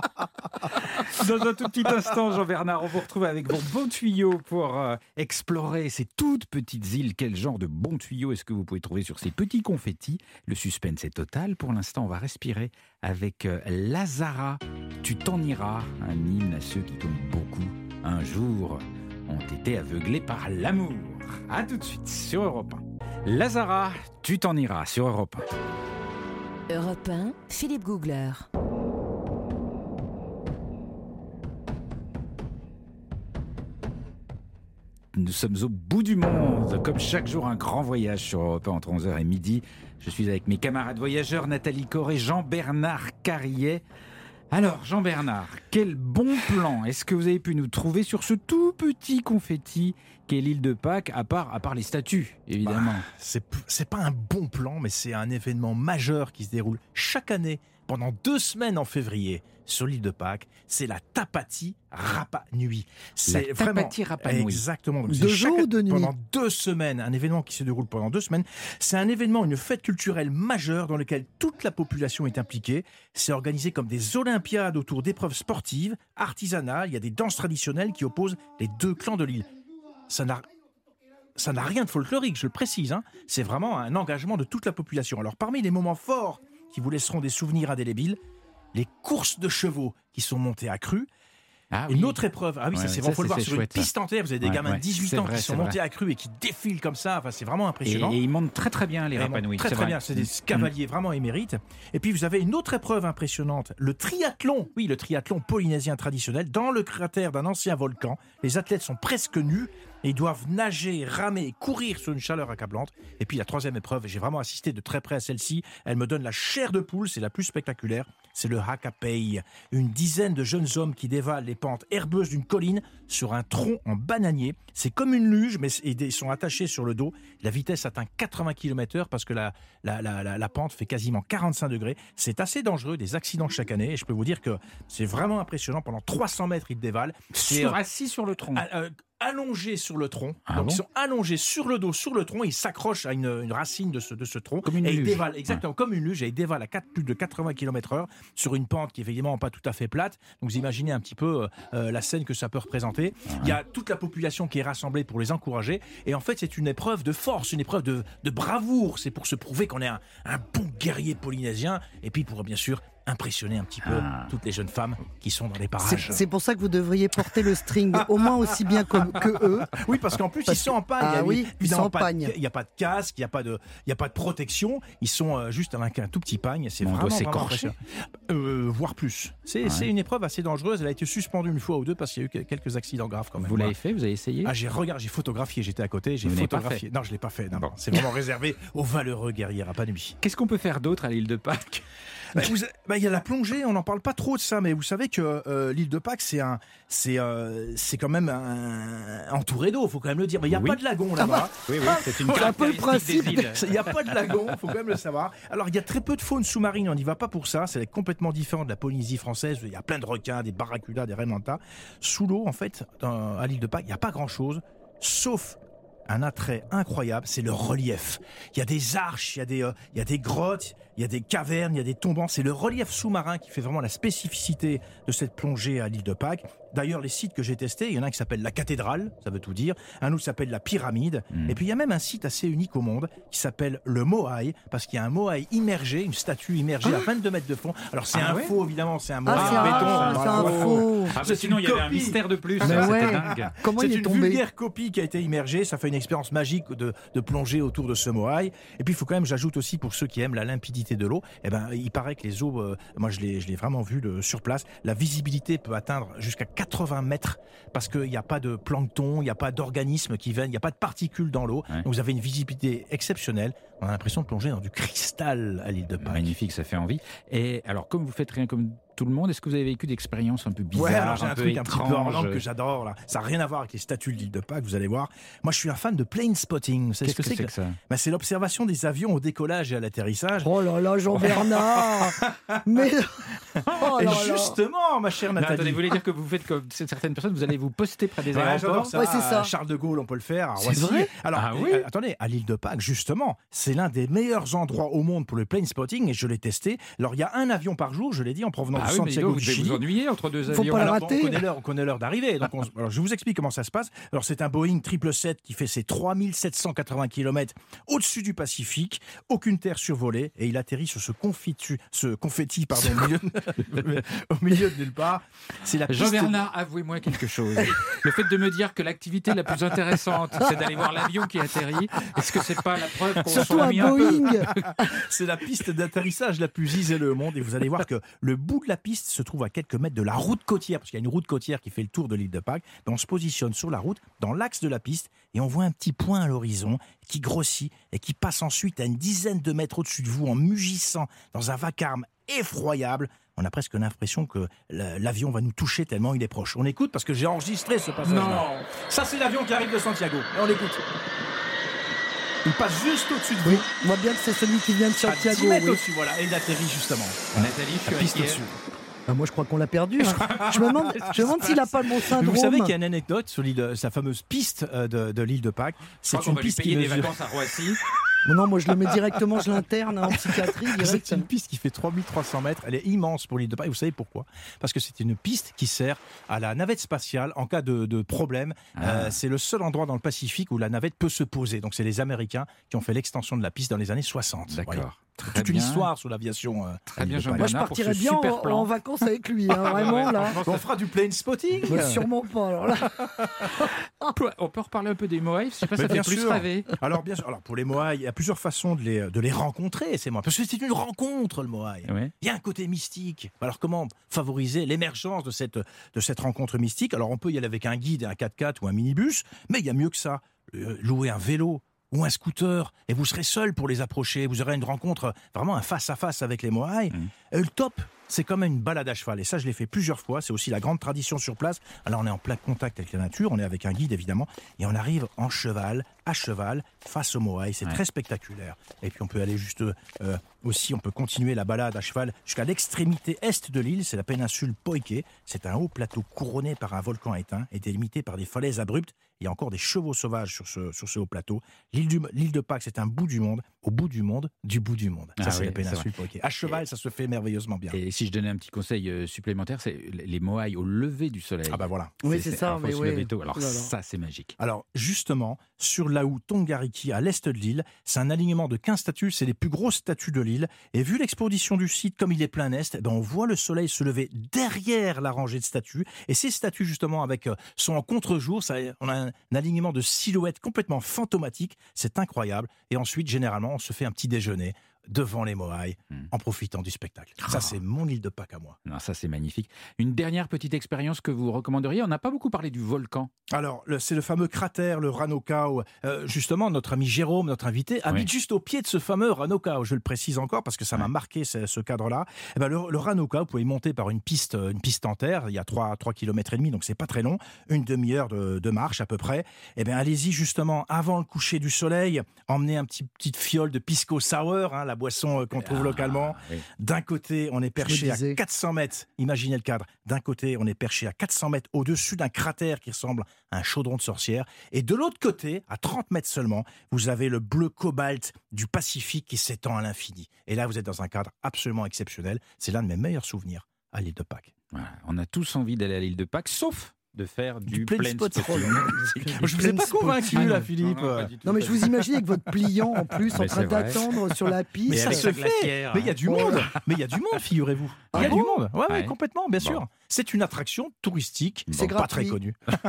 Dans un tout petit instant, Jean-Bernard, on vous retrouve avec vos bons tuyaux pour euh, explorer ces toutes petites îles. Quel genre de bons tuyaux est-ce que vous pouvez trouver sur ces petits confettis? Le suspense est total. Pour l'instant, on va respirer avec euh, Lazara. Tu t'en iras, un hymne à ceux qui, comme beaucoup, un jour, ont été aveuglés par l'amour. A tout de suite sur Europe un. Lazara, tu t'en iras sur Europe un. Europe un, Philippe Googler. Nous sommes au bout du monde. Comme chaque jour, un grand voyage sur Europe un entre onze heures et midi. Je suis avec mes camarades voyageurs Nathalie Corr et Jean-Bernard Carrier. Alors, Jean-Bernard, quel bon plan est-ce que vous avez pu nous trouver sur ce tout petit confetti qu'est l'île de Pâques, à part, à part les statues, évidemment? Bah, c'est, c'est pas un bon plan, mais c'est un événement majeur qui se déroule chaque année pendant deux semaines en février sur l'île de Pâques. C'est la Tapati Rapa Nui. C'est la vraiment Tapati Rapa Nui. Exactement. Donc, de c'est jour ou de nuit? Pendant deux semaines, un événement qui se déroule pendant deux semaines. C'est un événement, une fête culturelle majeure dans laquelle toute la population est impliquée. C'est organisé comme des Olympiades autour d'épreuves sportives, artisanales. Il y a des danses traditionnelles qui opposent les deux clans de l'île. Ça n'a Ça n'a rien de folklorique, je le précise. Hein. C'est vraiment un engagement de toute la population. Alors, parmi les moments forts qui vous laisseront des souvenirs indélébiles, les courses de chevaux qui sont montées à cru. Ah, Une oui. autre épreuve, ah oui, Ouais, ça c'est ça, vraiment, faut le c'est- voir c'est sur une chouette, ça. piste entière. Vous avez des Ouais, gamins ouais, de dix-huit c'est ans vrai, qui sont c'est montés vrai. à cru et qui défilent comme ça. Enfin, c'est vraiment Et, impressionnant. et ils montent très très bien les Et Rapa Nui. Très c'est très vrai. bien, c'est des Mm. cavaliers vraiment émérites. Et puis vous avez une autre épreuve impressionnante, le triathlon. Oui, le triathlon polynésien traditionnel dans le cratère d'un ancien volcan. Les athlètes sont presque nus et ils doivent nager, ramer, courir sous une chaleur accablante. Et puis la troisième épreuve, et j'ai vraiment assisté de très près à celle-ci, elle me donne la chair de poule, c'est la plus spectaculaire, c'est le Hakapei. Une dizaine de jeunes hommes qui dévalent les pentes herbeuses d'une colline sur un tronc en bananier. C'est comme une luge, mais ils sont attachés sur le dos. La vitesse atteint quatre-vingts kilomètres heure parce que la, la, la, la, la pente fait quasiment quarante-cinq degrés. C'est assez dangereux, des accidents chaque année. Et je peux vous dire que c'est vraiment impressionnant. Pendant trois cents mètres, ils dévalent. C'est, Sur, euh, assis sur le tronc. à- euh, allongés sur le tronc. Ah Donc bon ils sont allongés sur le dos, sur le tronc, ils s'accrochent à une, une racine de ce, de ce tronc. Comme une et ils luge. dévalent, exactement, comme une luge, et ils dévalent à quatre- plus de quatre-vingts kilomètres heure sur une pente qui est évidemment pas tout à fait plate. Donc vous imaginez un petit peu euh, la scène que ça peut représenter. Il y a toute la population qui est rassemblée pour les encourager. Et en fait, c'est une épreuve de force, une épreuve de, de bravoure. C'est pour se prouver qu'on est un, un bon guerrier polynésien. Et puis pour bien sûr impressionner un petit peu Ah. toutes les jeunes femmes qui sont dans les C'est, parages. c'est pour ça que vous devriez porter le string au moins aussi bien comme, que eux. Oui, parce qu'en plus, Parce ils sont en pagne. Ah Il y a oui, ils évidemment sont en pas de- pagne. Il n'y a pas de casque, il n'y a, pas de- il y a pas de protection. Ils sont euh, juste avec un tout petit pagne. C'est Mais on vraiment, doit vraiment s'écorcher. impressionnant. Euh, voire plus. C'est, Ouais. c'est une épreuve assez dangereuse. Elle a été suspendue une fois ou deux parce qu'il y a eu que- quelques accidents graves quand même. Vous Voilà. l'avez fait? Vous avez essayé? Ah, j'ai regardé, j'ai photographié, j'étais à côté, j'ai Vous n'avez pas photographié. Non, je l'ai pas fait. Non, Bon. non, c'est vraiment réservé aux valeureux guerriers à pas nuit. Qu'est-ce qu'on peut faire d'autre à l'île de Pâques? Bah, vous- bah, il y a la plongée, on n'en parle pas trop de ça, mais vous savez que euh, l'île de Pâques, c'est un, c'est, euh, c'est quand même un, entouré d'eau, faut quand même le dire. Mais il n'y a Oui. pas de lagon là-bas. Oui, oui, c'est une C'est un peu le caractéristique principe. des îles. Il n'y a pas de lagon, il faut quand même le savoir. Alors, il y a très peu de faune sous-marine, on n'y va pas pour ça. C'est complètement différent de la Polynésie française. Il y a plein de requins, des barracudas, des raimentas. Sous l'eau, en fait, dans- à l'île de Pâques, il n'y a pas grand-chose, sauf un attrait incroyable, c'est le relief. Il y a des arches, il y a des, euh, il y a des grottes, il y a des cavernes, il y a des tombants. C'est le relief sous-marin qui fait vraiment la spécificité de cette plongée à l'île de Pâques. D'ailleurs, les sites que j'ai testés, il y en a un qui s'appelle la cathédrale, ça veut tout dire. Un autre s'appelle la pyramide. Mm. Et puis, il y a même un site assez unique au monde qui s'appelle le Moai, parce qu'il y a un Moai immergé, une statue immergée à vingt-deux mètres de fond. Alors, c'est Ah un ouais faux, évidemment, c'est un Moai Ah, c'est en un, béton. c'est Voilà, un voilà. faux. Ah, bah, C'est sinon, une il y avait un copie. mystère de plus. Mais ça, ouais. C'était dingue. Comment C'est il est une tombé? vulgaire copie qui a été immergée. Ça fait une expérience magique de, de plonger autour de ce Moai. Et puis, il faut quand même, j'ajoute aussi pour ceux qui aiment la limpidité de l'eau, eh ben, il paraît que les eaux, euh, moi je l'ai, je l'ai vraiment vu de, sur place, la visibilité peut atteindre jusqu'à quatre-vingts mètres parce qu'il n'y a pas de plancton, il n'y a pas d'organismes qui viennent, il n'y a pas de particules dans l'eau. Ouais. Donc vous avez une visibilité exceptionnelle. On a l'impression de plonger dans du cristal à l'île de Pâques. Magnifique, ça fait envie. Et alors, comme vous faites rien comme tout le monde, est-ce que vous avez vécu d'expériences un peu bizarres, Ouais, alors j'ai un, un peu truc un petit peu hors étranges? langue que j'adore là. Ça n'a rien à voir avec les statues de l'île de Pâques, vous allez voir. Moi, je suis un fan de plane spotting. Vous savez Qu'est-ce ce que c'est que ça? Ben, c'est l'observation des avions au décollage et à l'atterrissage. Oh là là, Jean-Bernard. Mais oh Et là là. justement, ma chère Non, Nathalie. attendez, vous voulez dire que vous faites comme certaines personnes, vous allez vous poster près des Ouais, aéroports? j'adore ça. Ouais, c'est ça. À Charles de Gaulle, on peut le faire. À C'est Roissy. vrai Alors, Ah oui euh, attendez, à l'île de Pâques, justement, c'est l'un des meilleurs endroits au monde pour le plane spotting et je l'ai testé. Alors, il y a un avion par jour, je l'ai dit, en provenance Ah oui, mais Santiago vous du devez Chili. vous ennuyer entre deux Faut avions. pas le Alors, bon, rater. on connaît l'heure, on connaît l'heure d'arrivée. Donc on- alors, je vous explique comment ça se passe. Alors, c'est un Boeing sept cent soixante-dix qui fait ses trois mille sept cent quatre-vingts kilomètres au-dessus du Pacifique, aucune terre survolée, et il atterrit sur ce confetti, ce confetti pardon, au, milieu de, au milieu de nulle part. C'est la piste- Jean-Bernard, avouez-moi quelque chose. Le fait de me dire que l'activité la plus intéressante, c'est d'aller voir l'avion qui atterrit, est-ce que c'est pas la preuve qu'on Surtout s'en a un mis un peu? Boeing. C'est la piste d'atterrissage la plus isolée au monde, et vous allez voir que le bout de la piste se trouve à quelques mètres de la route côtière, parce qu'il y a une route côtière qui fait le tour de l'île de Pâques. Ben, on se positionne sur la route, dans l'axe de la piste, et on voit un petit point à l'horizon qui grossit et qui passe ensuite à une dizaine de mètres au-dessus de vous en mugissant dans un vacarme effroyable. On a presque l'impression que l'avion va nous toucher tellement il est proche. On écoute parce que j'ai enregistré ce passage. Non. Ça, c'est l'avion qui arrive de Santiago. Et on l'écoute. Il passe juste au-dessus de vous. Oui, on voit bien que c'est celui qui vient de À dix Santiago. mètres oui. au-dessus, voilà. Et il atterrit justement. Nathalie, je suis La piste inquiet. au-dessus. Ah, moi, je crois qu'on l'a perdu. hein. Je me demande, je me demande s'il n'a pas le bon Mais syndrome. vous savez qu'il y a une anecdote sur l'île, de- sa fameuse piste euh, de, de l'île de Pâques. Je crois C'est qu'on une va lui piste qui payer des mesure- vacances à Roissy. Non, non, moi, je le mets directement, je l'interne hein, en psychiatrie. Direct. C'est une piste qui fait trois mille trois cents mètres. Elle est immense pour l'île de Pâques. Et vous savez pourquoi? Parce que c'est une piste qui sert à la navette spatiale en cas de, de problème. Ah. Euh, c'est le seul endroit dans le Pacifique où la navette peut se poser. Donc c'est les Américains qui ont fait l'extension de la piste dans les années soixante. D'accord. Voilà. Très Toute une bien. histoire sur l'aviation. euh, Très à bien, l'île de Pâques. Moi, je Bernard, pour partirais ce bien super en, plan. en vacances avec lui. Hein, Ah, ouais, vraiment, ouais, là. franchement, On fera du plane spotting. Mais sûrement pas. Alors là. On peut, on peut reparler un peu des Moaïs. Je sais pas, Mais ça bien fait plus sûr. rêver. Alors bien sûr, alors pour les Moaïs, il y a plusieurs façons de les, de les rencontrer, ces Moaïs. Parce que c'est une rencontre, le Moaï. Ouais. Il y a un côté mystique. Alors comment favoriser l'émergence de cette, de cette rencontre mystique? Alors on peut y aller avec un guide, un quatre-quatre ou un minibus, mais il y a mieux que ça. Euh, louer un vélo ou un scooter, et vous serez seul pour les approcher. Vous aurez une rencontre, vraiment un face-à-face avec les Moaïs. Mmh. Et le top, c'est quand même une balade à cheval. Et ça, je l'ai fait plusieurs fois. C'est aussi la grande tradition sur place. Alors, on est en plein contact avec la nature. On est avec un guide, évidemment. Et on arrive en cheval, à cheval, face aux Moaïs. C'est Ouais. très spectaculaire. Et puis, on peut aller juste euh, aussi, on peut continuer la balade à cheval jusqu'à l'extrémité est de l'île. C'est la péninsule Poiké. C'est un haut plateau couronné par un volcan éteint et délimité par des falaises abruptes. Il y a encore des chevaux sauvages sur ce, sur ce haut plateau. L'île, du, l'île de Pâques, c'est un bout du monde, au bout du monde, du bout du monde. Ça, Ah c'est oui, la c'est péninsule Poiké. À cheval, ça se fait merveilleusement bien. Et si je donnais un petit conseil euh, supplémentaire, c'est les Moaïs au lever du soleil. Ah bah voilà. Oui, c'est ça. alors, faut Mais se oui. lever tôt. Alors Oh là là. ça, c'est magique. Alors justement, sur l'Aou Tongariki, à l'est de l'île, c'est un alignement de quinze statues, c'est les plus grosses statues de l'île. Et vu l'exposition du site, comme il est plein est, eh ben on voit le soleil se lever derrière la rangée de statues. Et ces statues, justement, avec, euh, sont en contre-jour. Ça, on a un, un alignement de silhouettes complètement fantomatique. C'est incroyable. Et ensuite, généralement, on se fait un petit déjeuner devant les Moaïs, Hmm. en profitant du spectacle. Ça, c'est mon île de Pâques à moi. Non, ça, c'est magnifique. Une dernière petite expérience que vous recommanderiez. On n'a pas beaucoup parlé du volcan. Alors, le- c'est le fameux cratère, le Ranokau. Euh, justement, notre ami Jérôme, notre invité, habite juste au pied de ce fameux Ranokau. Je le précise encore parce que ça m'a Ouais. marqué ce, ce cadre-là. Eh ben, le, le Ranokau, vous pouvez y monter par une piste, une piste en terre. Il y a trois kilomètres et demi, donc c'est pas très long. Une demi-heure de, de marche à peu près. Eh bien, allez-y justement avant le coucher du soleil. Emmenez un petit petite fiole de pisco sour, hein, la boisson euh, qu'on trouve Ah, localement. oui. D'un côté, on est perché à disais. quatre cents mètres. Imaginez le cadre. D'un côté, on est perché à quatre cents mètres au-dessus d'un cratère qui ressemble à un chaudron de sorcière. Et de l'autre côté, à trente mètres seulement, vous avez le bleu cobalt du Pacifique qui s'étend à l'infini. Et là, vous êtes dans un cadre absolument exceptionnel. C'est l'un de mes meilleurs souvenirs à l'île de Pâques. Voilà. On a tous envie d'aller à l'île de Pâques, sauf de faire du, Du plane plane spotting. spotting. Je vous ai pas Plane convaincu, spotting. là, Philippe. Non, non, pas du tout. Non, mais je vous imagine avec votre pliant en plus, en Mais train c'est vrai. d'attendre sur la piste. Mais ça avec se la fait. glacière. Mais il y a du Oh. monde. Mais il y a du monde, figurez-vous. Il y a Ah du bon monde. Ouais, ouais, Ouais. complètement, bien Bon. sûr. C'est une attraction touristique, C'est pas très gratuit. connue.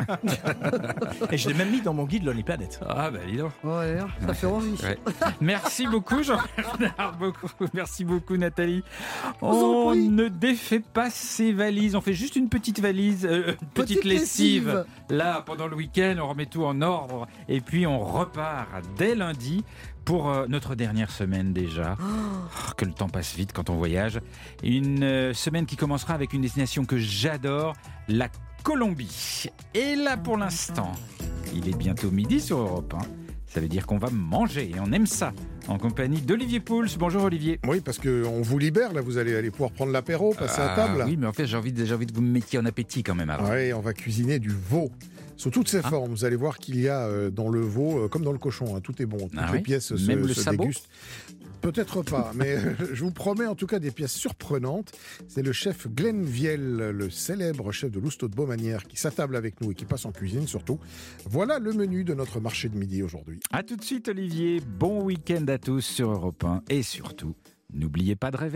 Et je l'ai même mis dans mon guide Lonely Planet. Ah, bah dis donc. Ouais, ça fait envie. Ouais. Merci beaucoup, Jean-Bernard. Beaucoup. Merci beaucoup, Nathalie. vous en On prie. ne défait pas ses valises. On fait juste une petite valise, euh, une petite, Petite lessive. lessive. Là, pendant le week-end, on remet tout en ordre. Et puis, on repart dès lundi pour euh, notre dernière semaine déjà. Oh, que le temps passe vite quand on voyage. Une euh, semaine qui commencera avec une destination que j'adore, la Colombie. Et là, pour l'instant, il est bientôt midi sur Europe un. Ça veut dire qu'on va manger et on aime ça. En compagnie d'Olivier Pouls. Bonjour Olivier. Oui, parce qu'on vous libère, là, vous allez aller pouvoir prendre l'apéro, passer à Ah, table. Oui, mais en fait, j'ai envie, de, j'ai envie de vous mettre en appétit quand même avant. Oui, on va cuisiner du veau. Sous toutes ses Ah. formes, vous allez voir qu'il y a euh, dans le veau, euh, comme dans le cochon, hein, tout est bon, toutes Ah les oui pièces se, Même le se sabot dégustent. Peut-être pas, mais je vous promets en tout cas des pièces surprenantes. C'est le chef Glenn Viel, le célèbre chef de l'Houstot de Beaumanière, qui s'attable avec nous et qui passe en cuisine surtout. Voilà le menu de notre marché de midi aujourd'hui. A tout de suite Olivier, bon week-end à tous sur Europe un et surtout, n'oubliez pas de rêver.